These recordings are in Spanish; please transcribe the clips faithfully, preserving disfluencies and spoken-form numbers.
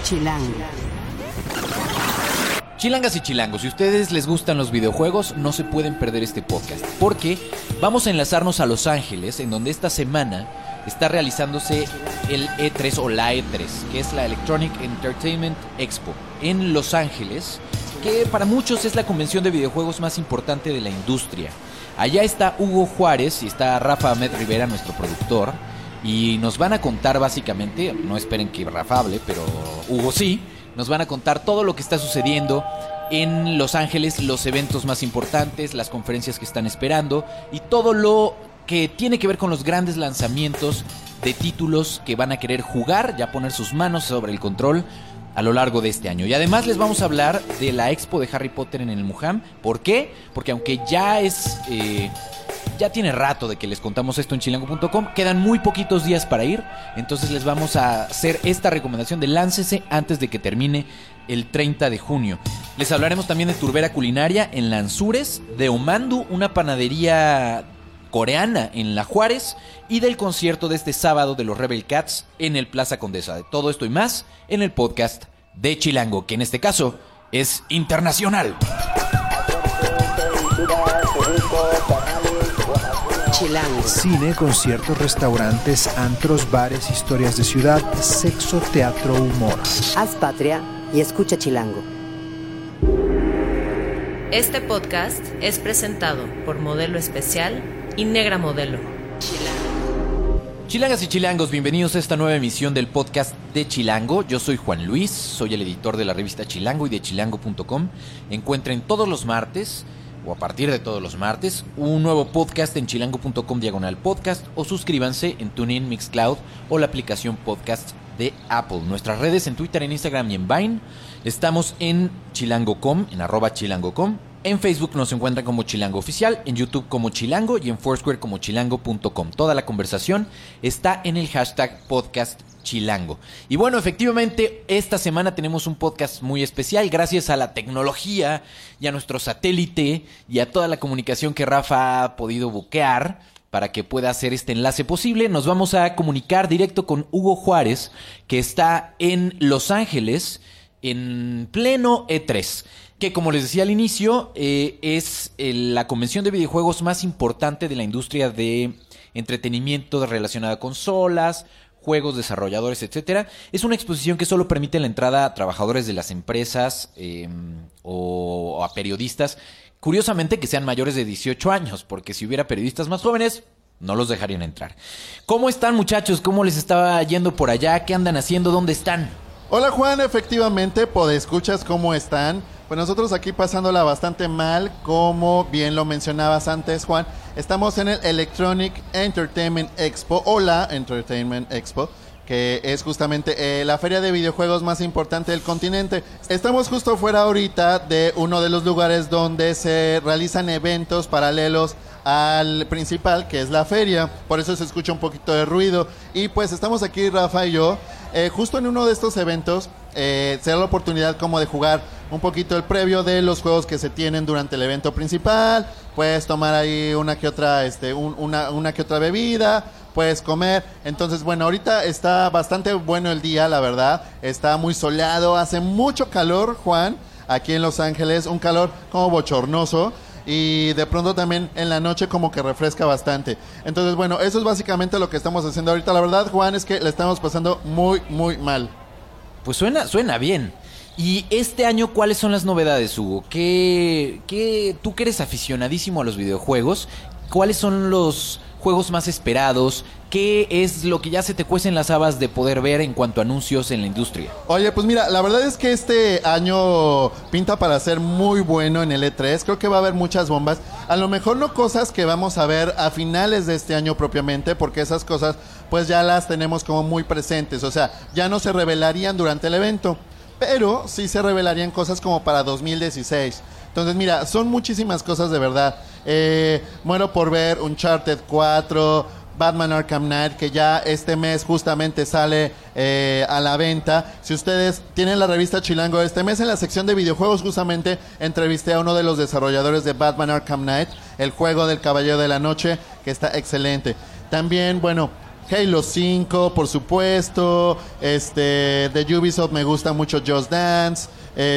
Chilango. Chilangas y chilangos, si a ustedes les gustan los videojuegos, no se pueden perder este podcast, porque vamos a enlazarnos a Los Ángeles, en donde esta semana está realizándose el E tres o la E tres, que es la Electronic Entertainment Expo, en Los Ángeles, que para muchos es la convención de videojuegos más importante de la industria. Allá está Hugo Juárez y está Rafa Ahmed Rivera, nuestro productor, y nos van a contar básicamente, no esperen que Rafa hable, pero Hugo sí, nos van a contar todo lo que está sucediendo en Los Ángeles, los eventos más importantes, las conferencias que están esperando y todo lo que tiene que ver con los grandes lanzamientos de títulos que van a querer jugar, ya poner sus manos sobre el control a lo largo de este año. Y además les vamos a hablar de la expo de Harry Potter en el Muham. ¿Por qué? Porque aunque ya es... Eh, ya tiene rato de que les contamos esto en chilango punto com, quedan muy poquitos días para ir, entonces les vamos a hacer esta recomendación de láncese antes de que termine el treinta de junio. Les hablaremos también de Turbera Culinaria en Lanzures, de Omandu, una panadería coreana en La Juárez, y del concierto de este sábado de los Rebel Cats en el Plaza Condesa. De todo esto y más en el podcast de Chilango, que en este caso es internacional. Chilango. Cine, conciertos, restaurantes, antros, bares, historias de ciudad, sexo, teatro, humor. Haz patria y escucha Chilango. Este podcast es presentado por Modelo Especial y Negra Modelo. Chilangas y chilangos, bienvenidos a esta nueva emisión del podcast de Chilango. Yo soy Juan Luis, soy el editor de la revista Chilango y de chilango punto com. Encuentren todos los martes, o a partir de todos los martes, un nuevo podcast en chilango punto com diagonal podcast, o suscríbanse en TuneIn, Mixcloud o la aplicación podcast de Apple. Nuestras redes en Twitter, en Instagram y en Vine. Estamos en chilango punto com, en arroba chilango punto com. En Facebook nos encuentran como Chilango Oficial, en YouTube como Chilango y en Foursquare como chilango punto com. Toda la conversación está en el hashtag podcast Chilango. Y bueno, efectivamente, esta semana tenemos un podcast muy especial gracias a la tecnología y a nuestro satélite y a toda la comunicación que Rafa ha podido buquear para que pueda hacer este enlace posible. Nos vamos a comunicar directo con Hugo Juárez, que está en Los Ángeles en pleno E tres. Que, como les decía al inicio, eh, es el, la convención de videojuegos más importante de la industria de entretenimiento relacionada a consolas, juegos, desarrolladores, etcétera. Es una exposición que solo permite la entrada a trabajadores de las empresas eh, o, o a periodistas, curiosamente que sean mayores de dieciocho años, porque si hubiera periodistas más jóvenes, no los dejarían entrar. ¿Cómo están, muchachos? ¿Cómo les estaba yendo por allá? ¿Qué andan haciendo? ¿Dónde están? Hola, Juan, efectivamente, podescuchas, ¿cómo están? Pues nosotros aquí pasándola bastante mal, como bien lo mencionabas antes, Juan. Estamos en el Electronic Entertainment Expo, o la Entertainment Expo, que es justamente eh, la feria de videojuegos más importante del continente. Estamos justo fuera ahorita de uno de los lugares donde se realizan eventos paralelos al principal, que es la feria. Por eso se escucha un poquito de ruido. Y pues estamos aquí, Rafa y yo, eh, justo en uno de estos eventos. Eh, se da la oportunidad como de jugar un poquito el previo de los juegos que se tienen durante el evento principal. Puedes tomar ahí una que otra, este, un, una, una que otra bebida, puedes comer. Entonces, bueno, ahorita está bastante bueno el día, la verdad. Está muy soleado, hace mucho calor, Juan, aquí en Los Ángeles, un calor como bochornoso. Y de pronto también en la noche como que refresca bastante. Entonces, bueno, eso es básicamente lo que estamos haciendo ahorita. La verdad, Juan, es que le estamos pasando muy, muy mal. Pues suena, suena bien. Y este año, ¿cuáles son las novedades, Hugo? ¿Qué, qué, tú que eres aficionadísimo a los videojuegos, ¿cuáles son los juegos más esperados? ¿Qué es lo que ya se te cuecen las habas de poder ver en cuanto a anuncios en la industria? Oye, pues mira, la verdad es que este año pinta para ser muy bueno en el E tres. Creo que va a haber muchas bombas. A lo mejor no cosas que vamos a ver a finales de este año propiamente, porque esas cosas pues ya las tenemos como muy presentes. O sea, ya no se revelarían durante el evento, pero sí se revelarían cosas como para dos mil dieciséis. Entonces, mira, son muchísimas cosas de verdad. Eh, muero por ver Uncharted cuatro, Batman Arkham Knight, que ya este mes justamente sale eh, a la venta. Si ustedes tienen la revista Chilango este mes, en la sección de videojuegos justamente entrevisté a uno de los desarrolladores de Batman Arkham Knight, el juego del Caballero de la Noche, que está excelente. También, bueno, Halo cinco, por supuesto. Este, de Ubisoft me gusta mucho Just Dance.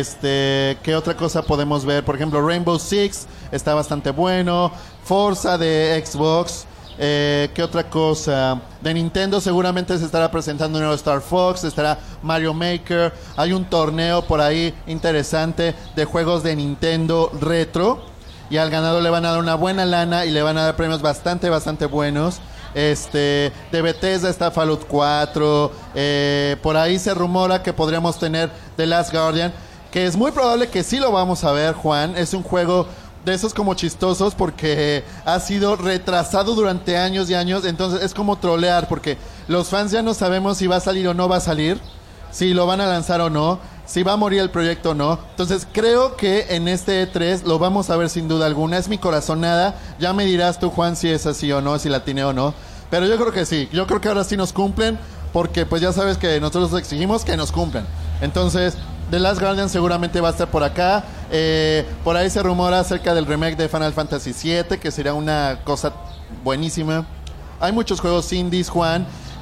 Este, ¿qué otra cosa podemos ver? Por ejemplo, Rainbow Six está bastante bueno. Forza de Xbox. Eh, ¿Qué otra cosa? De Nintendo seguramente se estará presentando un nuevo Star Fox, estará Mario Maker. Hay un torneo por ahí interesante de juegos de Nintendo retro. Y al ganador le van a dar una buena lana y le van a dar premios bastante, bastante buenos. Este, de Bethesda está Fallout cuatro. Eh, por ahí se rumora que podríamos tener The Last Guardian, que es muy probable que sí lo vamos a ver, Juan. Es un juego de esos como chistosos porque ha sido retrasado durante años y años. Entonces es como trolear porque los fans ya no sabemos si va a salir o no va a salir, si lo van a lanzar o no, si va a morir el proyecto o no. Entonces creo que en este E tres lo vamos a ver sin duda alguna. Es mi corazonada. Ya me dirás tú, Juan, si es así o no, si la tiene o no. Pero yo creo que sí. Yo creo que ahora sí nos cumplen, porque pues ya sabes que nosotros exigimos que nos cumplan. Entonces The Last Guardian seguramente va a estar por acá. Eh, por ahí se rumora acerca del remake de Final Fantasy siete, que sería una cosa buenísima. Hay muchos juegos indies, Juan.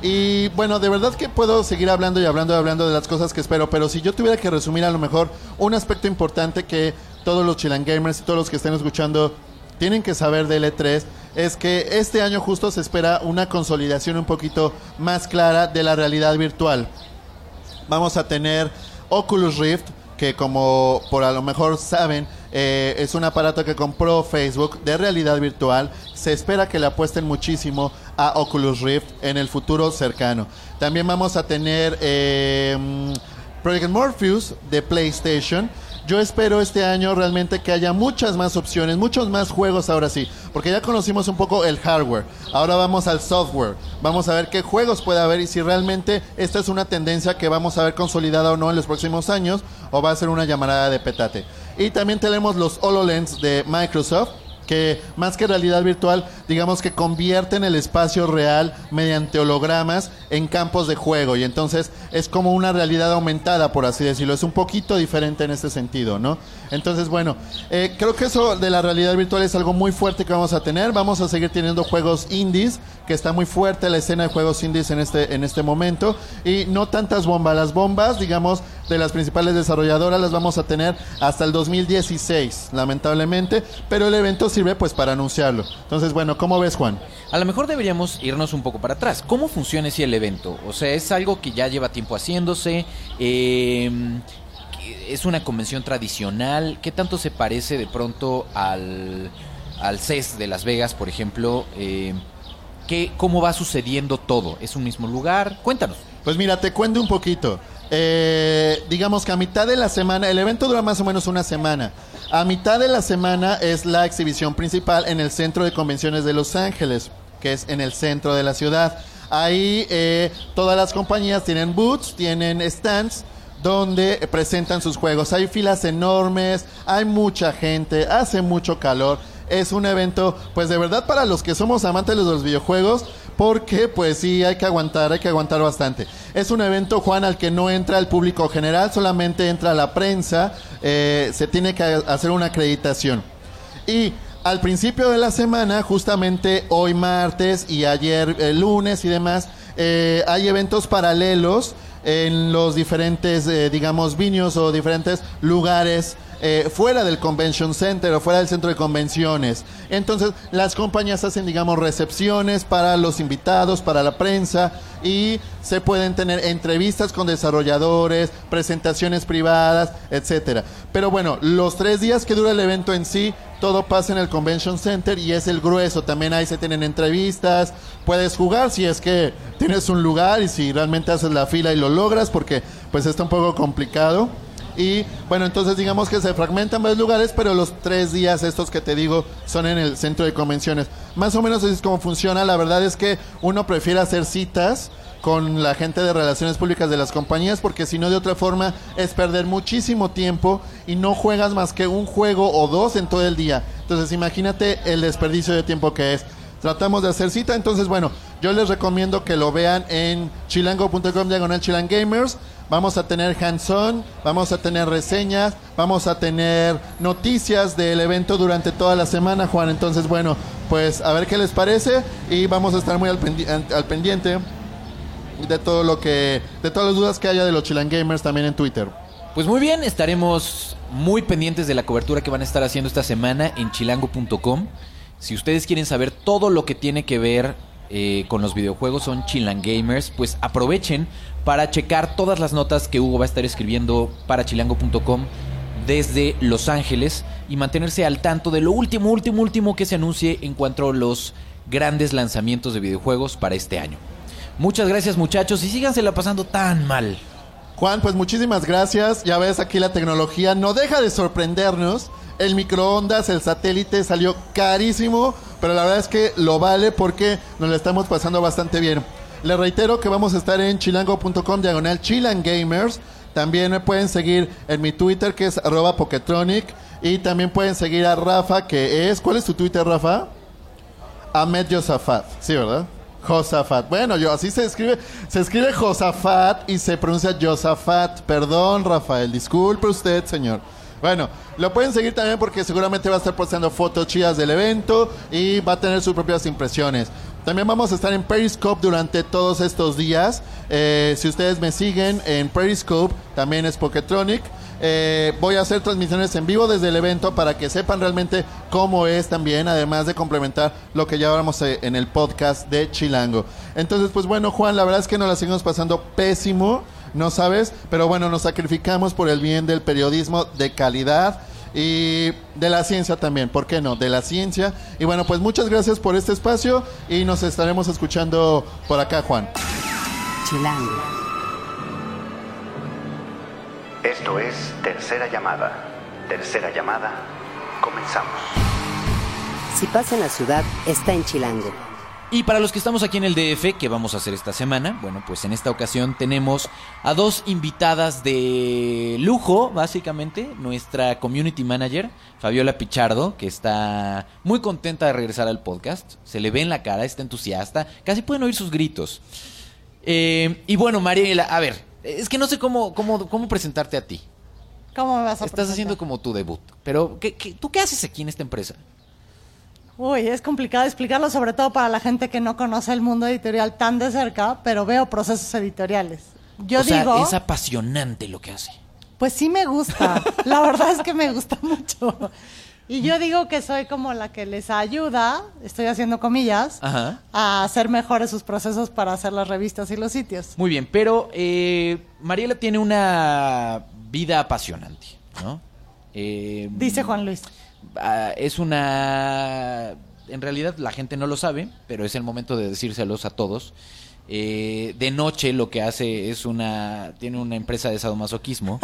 Y bueno, de verdad que puedo seguir hablando y hablando y hablando de las cosas que espero, pero si yo tuviera que resumir a lo mejor un aspecto importante que todos los chilangamers y todos los que estén escuchando tienen que saber del E tres, es que este año justo se espera una consolidación un poquito más clara de la realidad virtual. Vamos a tener Oculus Rift, que como por a lo mejor saben, eh, es un aparato que compró Facebook de realidad virtual. Se espera que le apuesten muchísimo a Oculus Rift en el futuro cercano. También vamos a tener eh, Project Morpheus de PlayStation. Yo espero este año realmente que haya muchas más opciones, muchos más juegos ahora sí, porque ya conocimos un poco el hardware. Ahora vamos al software. Vamos a ver qué juegos puede haber y si realmente esta es una tendencia que vamos a ver consolidada o no en los próximos años, o va a ser una llamarada de petate. Y también tenemos los HoloLens de Microsoft, que más que realidad virtual, digamos que convierten el espacio real mediante hologramas en campos de juego, y entonces es como una realidad aumentada, por así decirlo. Es un poquito diferente en este sentido, ¿no? Entonces, bueno, eh, creo que eso de la realidad virtual es algo muy fuerte que vamos a tener. Vamos a seguir teniendo juegos indies, que está muy fuerte la escena de juegos indies en este, en este momento, y no tantas bombas. Las bombas, digamos, de las principales desarrolladoras las vamos a tener hasta el dos mil dieciséis, lamentablemente, pero el evento sirve pues para anunciarlo. Entonces, bueno, ¿cómo ves, Juan? A lo mejor deberíamos irnos un poco para atrás. ¿Cómo funciona ese el evento? O sea, es algo que ya lleva tiempo haciéndose, eh, es una convención tradicional. ¿Qué tanto se parece de pronto al, al C E S de Las Vegas, por ejemplo? Eh, ¿qué, ¿Cómo va sucediendo todo? ¿Es un mismo lugar? Cuéntanos. Pues mira, te cuento un poquito. Eh, digamos que a mitad de la semana, el evento dura más o menos una semana. A mitad de la semana es la exhibición principal en el Centro de Convenciones de Los Ángeles, que es en el centro de la ciudad. Ahí eh, todas las compañías tienen booths, tienen stands donde presentan sus juegos. Hay filas enormes, hay mucha gente, hace mucho calor. Es un evento, pues de verdad, para los que somos amantes de los videojuegos, porque pues sí, hay que aguantar, hay que aguantar bastante. Es un evento, Juan, al que no entra el público general, solamente entra la prensa. Eh, se tiene que hacer una acreditación. Y al principio de la semana, justamente hoy martes y ayer eh, lunes y demás, eh, hay eventos paralelos en los diferentes, eh, digamos, venues o diferentes lugares eh, fuera del Convention Center o fuera del centro de convenciones. Entonces, las compañías hacen, digamos, recepciones para los invitados, para la prensa, y se pueden tener entrevistas con desarrolladores, presentaciones privadas, etcétera. Pero bueno, los tres días que dura el evento en sí, todo pasa en el Convention Center y es el grueso. También ahí se tienen entrevistas, puedes jugar si es que tienes un lugar y si realmente haces la fila y lo logras, porque pues está un poco complicado. Y bueno, entonces digamos que se fragmentan varios lugares, pero los tres días estos que te digo son en el centro de convenciones. Más o menos así es como funciona. La verdad es que uno prefiere hacer citas con la gente de relaciones públicas de las compañías, porque si no, de otra forma es perder muchísimo tiempo y no juegas más que un juego o dos en todo el día. Entonces imagínate el desperdicio de tiempo que es. Tratamos de hacer cita. Entonces, bueno, yo les recomiendo que lo vean en chilango punto com diagonal chilangamers. Vamos a tener hands-on, vamos a tener reseñas, vamos a tener noticias del evento durante toda la semana, Juan. Entonces, bueno, pues a ver qué les parece y vamos a estar muy al, pendi- al pendiente de todo lo que, de todas las dudas que haya de los Chilangamers también en Twitter. Pues muy bien, estaremos muy pendientes de la cobertura que van a estar haciendo esta semana en chilango punto com. Si ustedes quieren saber todo lo que tiene que ver eh, con los videojuegos, son Chilangamers, pues aprovechen para checar todas las notas que Hugo va a estar escribiendo para chilango punto com desde Los Ángeles y mantenerse al tanto de lo último, último, último que se anuncie en cuanto a los grandes lanzamientos de videojuegos para este año. Muchas gracias, muchachos, y sígansela pasando tan mal. Juan, pues muchísimas gracias. Ya ves, aquí la tecnología no deja de sorprendernos. El microondas, el satélite salió carísimo, pero la verdad es que lo vale porque nos lo estamos pasando bastante bien. Les reitero que vamos a estar en chilango punto com diagonal chilangamers. También me pueden seguir en mi Twitter, que es arroba Poketronic. Y también pueden seguir a Rafa, que es... ¿Cuál es tu Twitter, Rafa? Ahmed Josafat. Sí, ¿verdad? Josafat. Bueno, yo así se escribe. Se escribe Josafat y se pronuncia Josafat. Perdón, Rafael. Disculpe usted, señor. Bueno, lo pueden seguir también porque seguramente va a estar posteando fotos chidas del evento y va a tener sus propias impresiones. También vamos a estar en Periscope durante todos estos días. Eh, si ustedes me siguen en Periscope, también es Poketronic. Eh, voy a hacer transmisiones en vivo desde el evento para que sepan realmente cómo es también, además de complementar lo que ya hablamos eh, en el podcast de Chilango. Entonces, pues bueno, Juan, la verdad es que nos la seguimos pasando pésimo, no sabes, pero bueno, nos sacrificamos por el bien del periodismo de calidad y de la ciencia también, ¿por qué no? De la ciencia. Y bueno, pues muchas gracias por este espacio y nos estaremos escuchando por acá, Juan. Chilango. Esto es Tercera Llamada. Tercera Llamada, comenzamos. Si pasa en la ciudad, está en Chilango. Y para los que estamos aquí en el D F, ¿qué vamos a hacer esta semana? Bueno, pues en esta ocasión tenemos a dos invitadas de lujo, básicamente. Nuestra community manager, Fabiola Pichardo, que está muy contenta de regresar al podcast. Se le ve en la cara, está entusiasta. Casi pueden oír sus gritos. Eh, y bueno, Mariela, a ver... Es que no sé cómo, cómo, cómo presentarte a ti. ¿Cómo me vas a Estás presentar? haciendo como tu debut. Pero, ¿qué, qué, ¿tú qué haces aquí en esta empresa? Uy, es complicado explicarlo, sobre todo para la gente que no conoce el mundo editorial tan de cerca, pero veo procesos editoriales. Yo o sea, digo... es apasionante lo que hace. Pues sí me gusta. La verdad es que me gusta mucho. Y yo digo que soy como la que les ayuda, estoy haciendo comillas, Ajá. a hacer mejores sus procesos para hacer las revistas y los sitios. Muy bien, pero eh, Mariela tiene una vida apasionante, ¿no? Eh, Dice Juan Luis. ah, es una... En realidad la gente no lo sabe, pero es el momento de decírselos a todos. Eh, de noche lo que hace es una... Tiene una empresa de sadomasoquismo.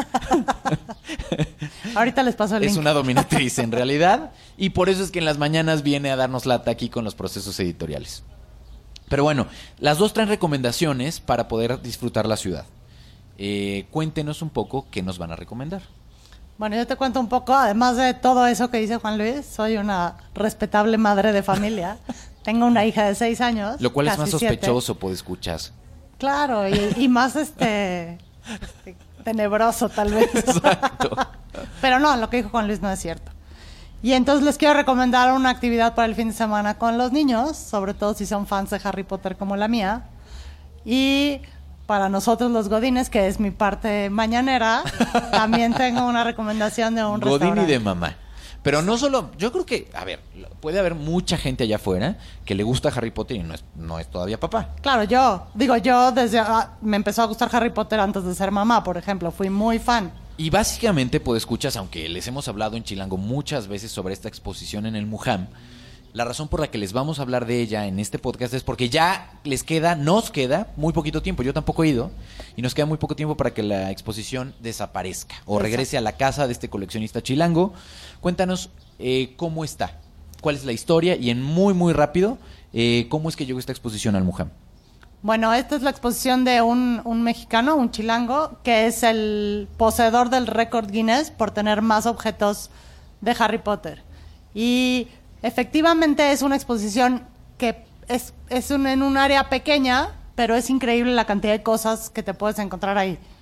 Ahorita les paso el link. Es una dominatriz en realidad. Y por eso es que en las mañanas viene a darnos lata aquí con los procesos editoriales. Pero bueno, las dos traen recomendaciones para poder disfrutar la ciudad. Eh, cuéntenos un poco qué nos van a recomendar. Bueno, yo te cuento un poco, además de todo eso que dice Juan Luis, soy una respetable madre de familia. Tengo una hija de seis años. Lo cual es más casi siete. sospechoso, por escuchar. Claro, y, y más este tenebroso tal vez. Exacto. Pero no, lo que dijo Juan Luis no es cierto. Y entonces les quiero recomendar una actividad para el fin de semana con los niños, sobre todo si son fans de Harry Potter como la mía. Y para nosotros los godines, que es mi parte mañanera, también tengo una recomendación de un Godín restaurante. y de mamá. Pero no solo, yo creo que, a ver, puede haber mucha gente allá afuera que le gusta Harry Potter y no es, no es todavía papá. Claro, yo, digo, yo desde, ah, me empezó a gustar Harry Potter antes de ser mamá, por ejemplo, fui muy fan. Y básicamente, pues escuchas, aunque les hemos hablado en Chilango muchas veces sobre esta exposición en el Mujam, la razón por la que les vamos a hablar de ella en este podcast es porque ya les queda, nos queda muy poquito tiempo, yo tampoco he ido, y nos queda muy poco tiempo para que la exposición desaparezca o regrese a la casa de este coleccionista chilango. Cuéntanos eh, cómo está, cuál es la historia y en muy muy rápido, eh, cómo es que llegó esta exposición al Mujam. Bueno, esta es la exposición de un, un mexicano, un chilango, que es el poseedor del récord Guinness por tener más objetos de Harry Potter. Y efectivamente es una exposición que es, es un, en un área pequeña, pero es increíble la cantidad de cosas que te puedes encontrar ahí.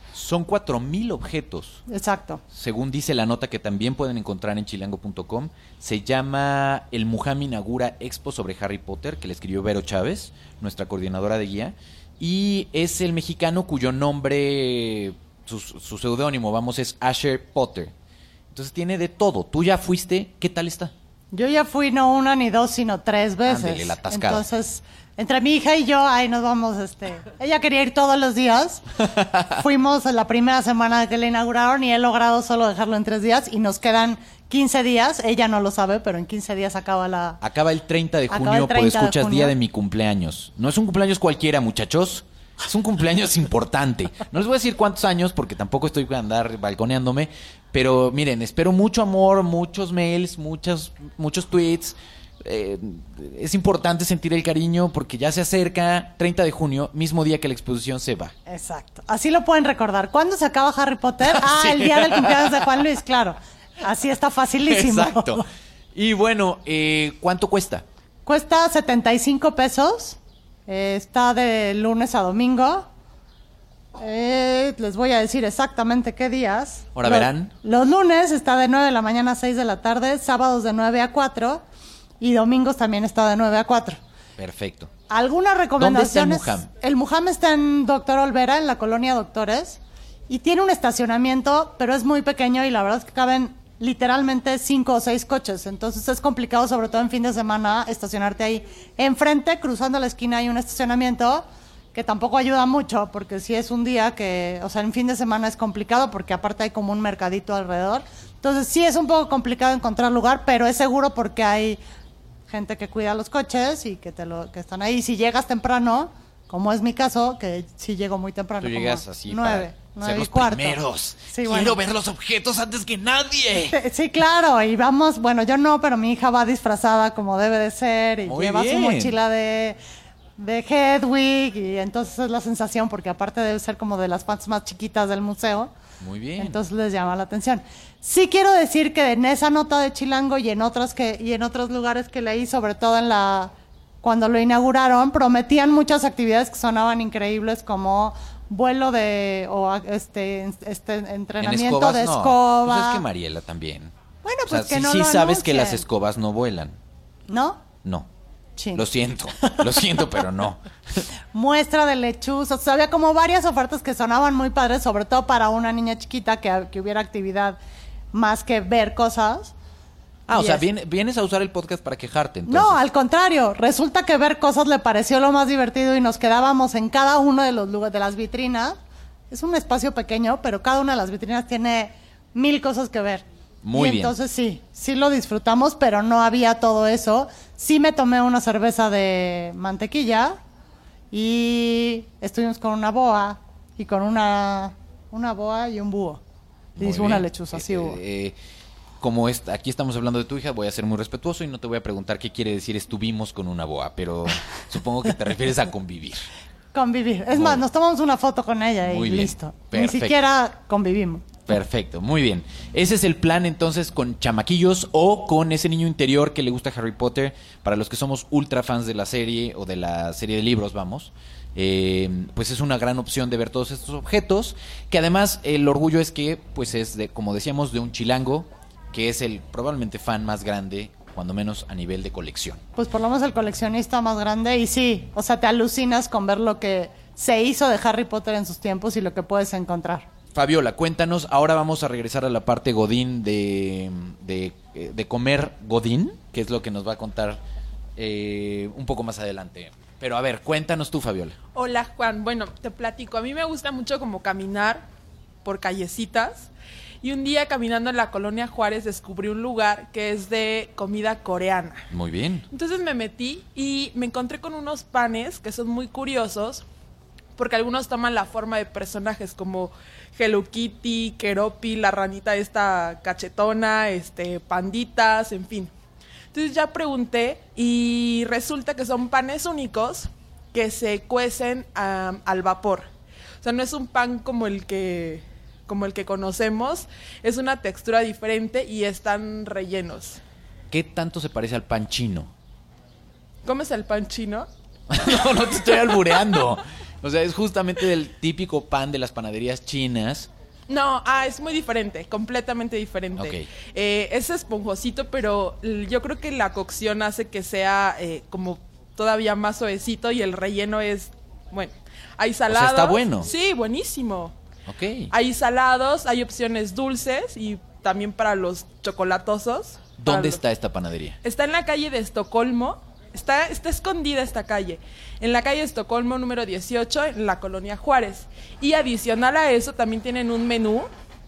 Son cuatro mil objetos. Exacto. Según dice la nota que también pueden encontrar en chilango punto com, se llama El Mujam Inaugura Expo sobre Harry Potter, que le escribió Vero Chávez, nuestra coordinadora de guía, y es el mexicano cuyo nombre, su, su seudónimo, vamos, es Asher Potter. Entonces tiene de todo. Tú ya fuiste, ¿qué tal está? Yo ya fui no una ni dos, sino tres veces. Ándele, la atascada. Entonces, entre mi hija y yo, ahí nos vamos, este... Ella quería ir todos los días. Fuimos en la primera semana que le inauguraron y he logrado solo dejarlo en tres días y nos quedan quince días. Ella no lo sabe, pero en quince días acaba la... Acaba el treinta de Acaba junio, el pues treinta de escuchas junio. día de mi cumpleaños. No es un cumpleaños cualquiera, muchachos. Es un cumpleaños importante. No les voy a decir cuántos años porque tampoco estoy a andar balconeándome. Pero miren, espero mucho amor, muchos mails, muchos, muchos tweets. Eh, es importante sentir el cariño porque ya se acerca treinta de junio, mismo día que la exposición se va. Exacto. Así lo pueden recordar. ¿Cuándo se acaba Harry Potter? Ah, Sí. el día del cumpleaños de Juan Luis, claro. Así está facilísimo. Exacto. Y bueno, eh, ¿cuánto cuesta? Cuesta setenta y cinco pesos. Eh, está de lunes a domingo. Eh, les voy a decir exactamente qué días. Ahora Los- verán. Los lunes está de nueve de la mañana a seis de la tarde, sábados de nueve a cuatro y domingos también está de nueve a cuatro. Perfecto. Algunas recomendaciones. ¿Dónde está el Mujam? El Mujam está en Doctor Olvera, en la colonia Doctores, y tiene un estacionamiento, pero es muy pequeño y la verdad es que caben literalmente cinco o seis coches. Entonces es complicado, sobre todo en fin de semana, estacionarte ahí. Enfrente, cruzando la esquina, hay un estacionamiento que tampoco ayuda mucho, porque si es un día que, o sea, en fin de semana es complicado, porque aparte hay como un mercadito alrededor. Entonces sí es un poco complicado encontrar lugar, pero es seguro porque hay gente que cuida los coches y que te lo que están ahí. Si llegas temprano, como es mi caso, que sí llego muy temprano, Tú como llegas así nueve, para nueve ser y los cuarto. primeros. Sí, Quiero bueno. ver los objetos antes que nadie. Sí, claro, y vamos, bueno, yo no, pero mi hija va disfrazada como debe de ser y Muy lleva bien. su mochila de, de Hedwig y entonces es la sensación, porque aparte debe ser como de las fans más chiquitas del museo. Muy bien. Entonces les llama la atención. Sí quiero decir que en esa nota de Chilango y en otras que y en otros lugares que leí, sobre todo en la cuando lo inauguraron, prometían muchas actividades que sonaban increíbles, como vuelo de o este este ¿En entrenamiento escobas? de No. escoba. Pues es que Mariela también. Bueno, O sea, pues que sí, no sí lo sabes que las anuncien. escobas no vuelan. ¿No? No. Sí. Lo siento. Lo siento, pero no. Muestra de lechuzas. O sea, había como varias ofertas que sonaban muy padres, sobre todo para una niña chiquita que, que hubiera actividad más que ver cosas. Ah, o Y sea, es- viene- vienes a usar el podcast para quejarte, entonces. No, al contrario. Resulta que ver cosas le pareció lo más divertido y nos quedábamos en cada uno de los lugares de las vitrinas. Es un espacio pequeño, pero cada una de las vitrinas tiene mil cosas que ver. Muy y bien. entonces sí, sí lo disfrutamos, pero no había todo eso. Sí me tomé una cerveza de mantequilla y estuvimos con una boa y con una una boa y un búho. Y Muy una bien. lechuza, sí Eh, hubo. eh, como es- aquí estamos hablando de tu hija, voy a ser muy respetuoso y no te voy a preguntar qué quiere decir estuvimos con una boa, pero supongo que te refieres a convivir. Convivir. Es Muy- más, nos tomamos una foto con ella y Muy bien. listo. Ni Perfecto. siquiera convivimos. Perfecto, muy bien. Ese es el plan entonces con chamaquillos o con ese niño interior que le gusta Harry Potter. Para los que somos ultra fans de la serie o de la serie de libros, vamos. Eh, pues es una gran opción de ver todos estos objetos. Que además el orgullo es que, pues es de, como decíamos, de un chilango que es el probablemente fan más grande, cuando menos a nivel de colección. Pues por lo menos el coleccionista más grande. Y sí, o sea, te alucinas con ver lo que se hizo de Harry Potter en sus tiempos y lo que puedes encontrar. Fabiola, cuéntanos, ahora vamos a regresar a la parte Godín de, de, de comer Godín, que es lo que nos va a contar eh, un poco más adelante. Pero a ver, cuéntanos tú, Fabiola. Hola Juan, bueno, te platico, a mí me gusta mucho como caminar por callecitas y un día caminando en la colonia Juárez descubrí un lugar que es de comida coreana. Muy bien. Entonces me metí y me encontré con unos panes que son muy curiosos porque algunos toman la forma de personajes como Hello Kitty, Keropi, la ranita esta cachetona, este, panditas, en fin. Entonces ya pregunté y resulta que son panes únicos que se cuecen um, al vapor. O sea, no es un pan como el que como el que conocemos, es una textura diferente y están rellenos. ¿Qué tanto se parece al pan chino? ¿Comes el pan chino? No, no te estoy albureando. O sea, es justamente del típico pan de las panaderías chinas. No, ah, es muy diferente, completamente diferente. Ok. Eh, es esponjosito, pero l- yo creo que la cocción hace que sea eh, como todavía más suavecito y el relleno es, bueno, hay salados. está bueno. Sí, buenísimo. Ok. Hay salados, hay opciones dulces y también para los chocolatosos. Para ¿Dónde los- está esta panadería? Está en la calle de Estocolmo. Está, está escondida esta calle. En la calle de Estocolmo número dieciocho, en la colonia Juárez. Y adicional a eso, también tienen un menú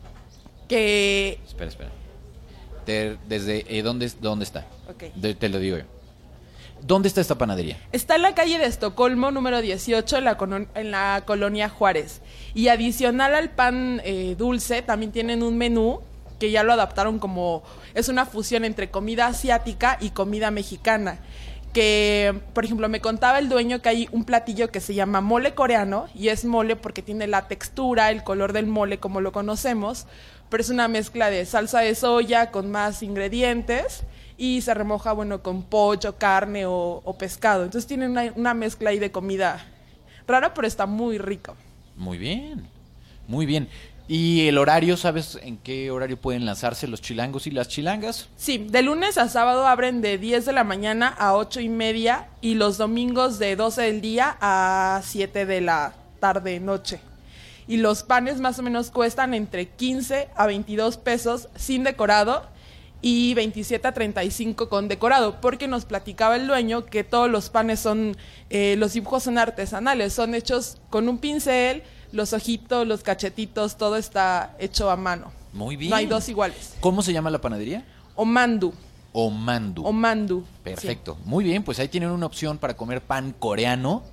que... Espera, espera. Te- desde eh, ¿dónde, ¿Dónde está? Ok. De- te lo digo yo. ¿Dónde está esta panadería? Está en la calle de Estocolmo número dieciocho, en la, cono- en la colonia Juárez. Y adicional al pan eh, dulce, también tienen un menú que ya lo adaptaron como... Es una fusión entre comida asiática y comida mexicana. Que, por ejemplo, me contaba el dueño que hay un platillo que se llama mole coreano, y es mole porque tiene la textura, el color del mole como lo conocemos, pero es una mezcla de salsa de soya con más ingredientes y se remoja, bueno, con pollo, carne o, o pescado. Entonces tiene una, una mezcla ahí de comida rara, pero está muy rico. Muy bien. Muy bien. ¿Y el horario, sabes en qué horario pueden lanzarse los chilangos y las chilangas? Sí, de lunes a sábado abren de diez de la mañana a ocho y media y los domingos de doce del día a siete de la tarde, noche. Y los panes más o menos cuestan entre quince a veintidós pesos sin decorado y veintisiete a treinta y cinco con decorado, porque nos platicaba el dueño que todos los panes son, eh, los dibujos son artesanales, son hechos con un pincel, los ojitos, los cachetitos, todo está hecho a mano. Muy bien. No hay dos iguales. ¿Cómo se llama la panadería? Omandu. Omandu. Omandu. Perfecto. Muy bien, pues ahí tienen una opción para comer pan coreano.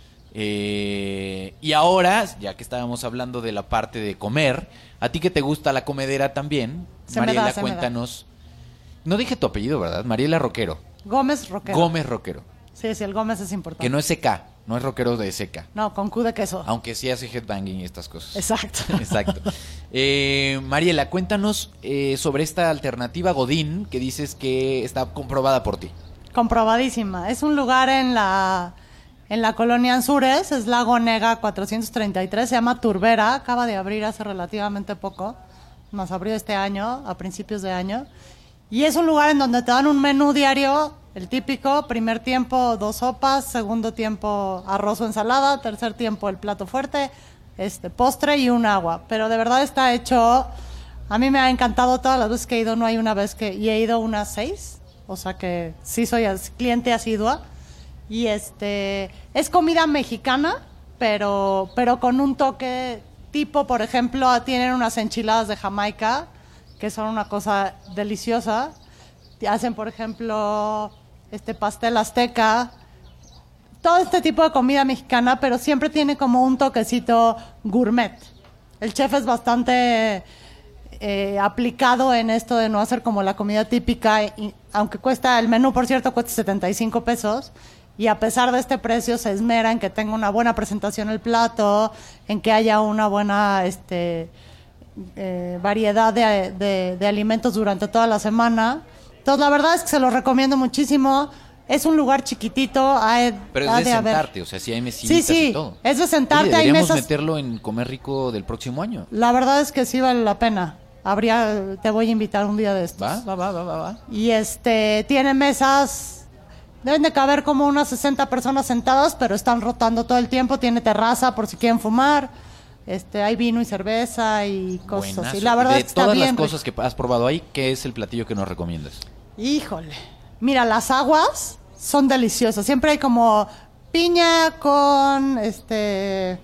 Eh, y ahora, ya que estábamos hablando de la parte de comer, a ti que te gusta la comedera también, Se me Mariela, da, se me da. cuéntanos. No dije tu apellido, ¿verdad? Mariela Roquero. Gómez Roquero. Gómez Roquero. Sí, sí, el Gómez es importante. Que no es C K, no es rockero de C K. No, con Q de queso. Aunque sí hace headbanging y estas cosas. Exacto. Exacto. Eh, Mariela, cuéntanos eh, sobre esta alternativa Godín que dices que está comprobada por ti. Comprobadísima. Es un lugar en la en la colonia Anzures, es Lago Nega cuatrocientos treinta y tres, se llama Turbera, acaba de abrir hace relativamente poco, nos abrió este año, a principios de año, y es un lugar en donde te dan un menú diario, el típico, primer tiempo dos sopas, segundo tiempo arroz o ensalada, tercer tiempo el plato fuerte, este postre y un agua, pero de verdad está hecho, a mí me ha encantado todas las veces que he ido, no hay una vez que, y he ido unas seis, o sea que sí soy as- cliente asidua, y este, es comida mexicana, pero, pero con un toque tipo, por ejemplo, tienen unas enchiladas de Jamaica, que son una cosa deliciosa, hacen, por ejemplo, este pastel azteca, todo este tipo de comida mexicana, pero siempre tiene como un toquecito gourmet. El chef es bastante eh, aplicado en esto de no hacer como la comida típica, y, aunque cuesta, el menú por cierto cuesta setenta y cinco pesos, y a pesar de este precio se esmera en que tenga una buena presentación el plato, en que haya una buena este eh, variedad de, de, de alimentos durante toda la semana. Entonces la verdad es que se lo recomiendo muchísimo. Es un lugar chiquitito, hay, Pero ha es de, de haber- sentarte, o sea, sí hay mesitas Sí, sí, y todo. es de sentarte, Oye, hay deberíamos mesas. meterlo en Comer Rico del próximo año. La verdad es que sí vale la pena. Habría, te voy a invitar un día de estos. ¿Va? Va, va, va, va, va. Y este, tiene mesas, deben de caber como unas sesenta personas sentadas, pero están rotando todo el tiempo, tiene terraza por si quieren fumar, este, hay vino y cerveza y cosas Buenazo. así. La verdad De es que está todas bien las rico. cosas que has probado ahí, ¿qué es el platillo que nos recomiendas? Híjole. Mira, las aguas son deliciosas. Siempre hay como piña con este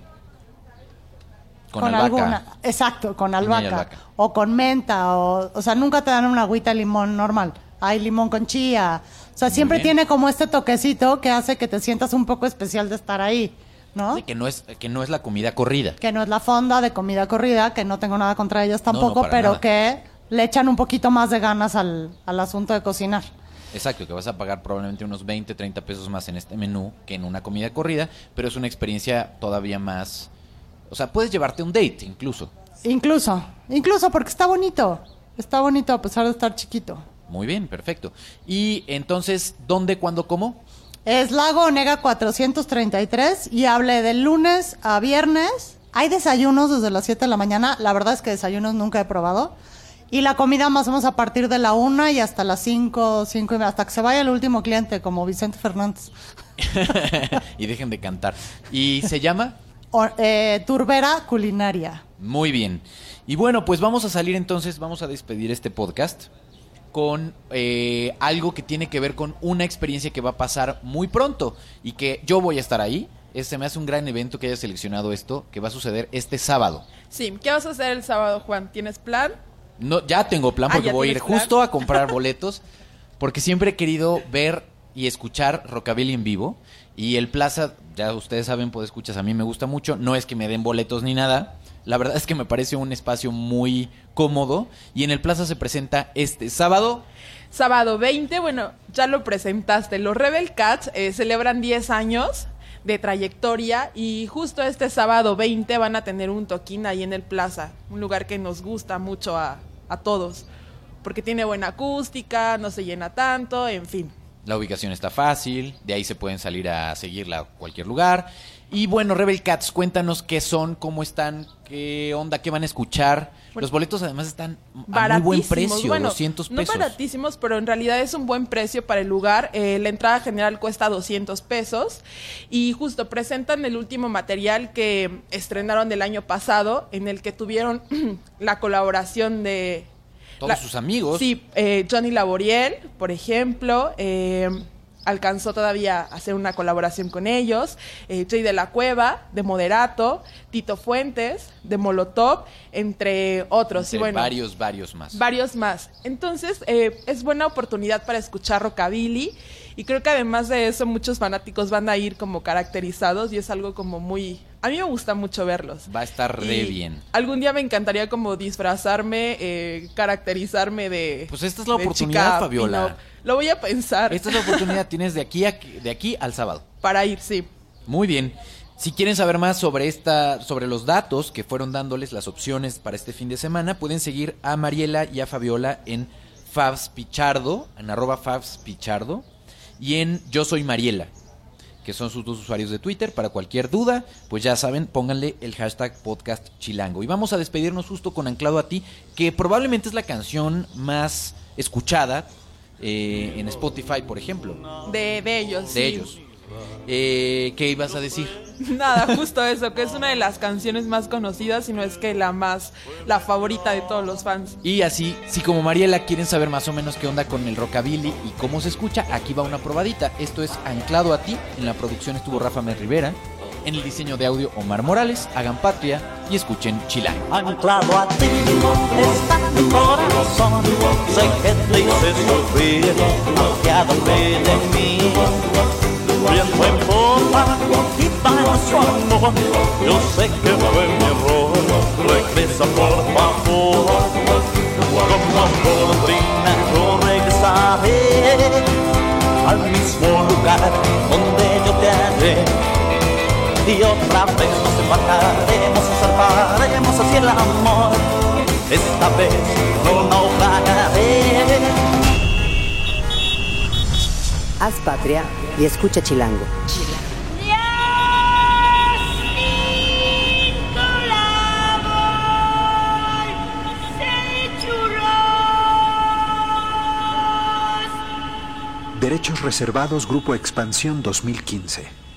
Con, albahaca. exacto, con Piña y albahaca, albahaca. o con menta, o o sea, nunca te dan una agüita de limón normal. Hay limón con chía. O sea, Muy siempre bien. tiene como este toquecito que hace que te sientas un poco especial de estar ahí, ¿no? Sí, que no es que no es la comida corrida. Que no es la fonda de comida corrida, que no tengo nada contra ellas No, no, tampoco, para pero nada. que le echan un poquito más de ganas al, al asunto de cocinar. Exacto, que vas a pagar probablemente unos veinte, treinta pesos más en este menú que en una comida corrida, pero es una experiencia todavía más... O sea, puedes llevarte un date incluso. Incluso, incluso porque está bonito. Está bonito a pesar de estar chiquito. Muy bien, perfecto. Y entonces, ¿dónde, cuándo, cómo? Es Lago Onega cuatrocientos treinta y tres y hable de lunes a viernes. Hay desayunos desde las siete de la mañana. La verdad es que desayunos nunca he probado. Y la comida más o menos a partir de la una y hasta las cinco, cinco y media, hasta que se vaya el último cliente, como Vicente Fernández. Y dejen de cantar. ¿Y se llama? O, eh, Turbera Culinaria. Muy bien. Y bueno, pues vamos a salir entonces, vamos a despedir este podcast con eh, algo que tiene que ver con una experiencia que va a pasar muy pronto y que yo voy a estar ahí. Este me hace un gran evento que haya seleccionado esto, que va a suceder este sábado. Sí, ¿qué vas a hacer el sábado, Juan? ¿Tienes plan? No, ya tengo plan porque ah, voy a ir plan? justo a comprar boletos porque siempre he querido ver y escuchar rockabilly en vivo y el Plaza, ya ustedes saben, pues escuchas, a mí me gusta mucho, no es que me den boletos ni nada, la verdad es que me parece un espacio muy cómodo y en el Plaza se presenta este sábado. Sábado veinte, bueno, ya lo presentaste, los Rebel Cats eh, celebran diez años de trayectoria y justo este sábado veinte van a tener un toquín ahí en el Plaza, un lugar que nos gusta mucho a, a todos, porque tiene buena acústica, no se llena tanto, en fin. La ubicación está fácil, de ahí se pueden salir a seguirla a cualquier lugar. Y bueno, Rebel Cats, cuéntanos qué son, cómo están, qué onda, qué van a escuchar. Bueno, los boletos además están a muy buen precio, bueno, doscientos pesos. No baratísimos, pero en realidad es un buen precio para el lugar. Eh, la entrada general cuesta doscientos pesos y justo presentan el último material que estrenaron el año pasado, en el que tuvieron la colaboración de... Todos la, sus amigos. Sí, eh, Johnny Laboriel, por ejemplo, eh, alcanzó todavía a hacer una colaboración con ellos, eh, Jay de la Cueva, de Moderato, Tito Fuentes, de Molotov, entre otros. Entre y bueno, varios, varios más. Varios más. Entonces, eh, es buena oportunidad para escuchar rockabilly y creo que además de eso muchos fanáticos van a ir como caracterizados y es algo como muy... A mí me gusta mucho verlos. Va a estar re y bien. Algún día me encantaría como disfrazarme, eh, caracterizarme de... Pues esta es la oportunidad, Fabiola. Pino. Lo voy a pensar. Esta es la oportunidad, tienes de aquí, a, de aquí al sábado. Para ir, sí. Muy bien. Si quieren saber más sobre esta, sobre los datos que fueron dándoles las opciones para este fin de semana, pueden seguir a Mariela y a Fabiola en Fabs Pichardo, en arroba Fabs Pichardo, y en Yo Soy Mariela, que son sus dos usuarios de Twitter. Para cualquier duda, pues ya saben, pónganle el hashtag podcast chilango. Y vamos a despedirnos justo con Anclado a ti, que probablemente es la canción más escuchada eh, en Spotify, por ejemplo. De, de ellos, De sí. ellos. Eh, ¿Qué ibas a decir? Nada, justo eso, que es una de las canciones más conocidas, y no es que la más, la favorita de todos los fans. Y así, si como Mariela quieren saber más o menos qué onda con el rockabilly y cómo se escucha, aquí va una probadita. Esto es Anclado a ti. En la producción estuvo Rafa Mer Rivera. En el diseño de audio, Omar Morales. Hagan patria y escuchen Chilango. Anclado a ti está mi corazón. Sé que te hice sufrir, apiádate de mí. Viento en popa y para su amor. Yo sé que fue mi error. Regresa por favor. Como golondrina yo regresaré al mismo lugar donde yo te hallé. Y otra vez nos embarcaremos y zarparemos hacia el amor. Esta vez no naufragaré. Haz patria y escucha Chilango. Derechos reservados, Grupo Expansión dos mil quince.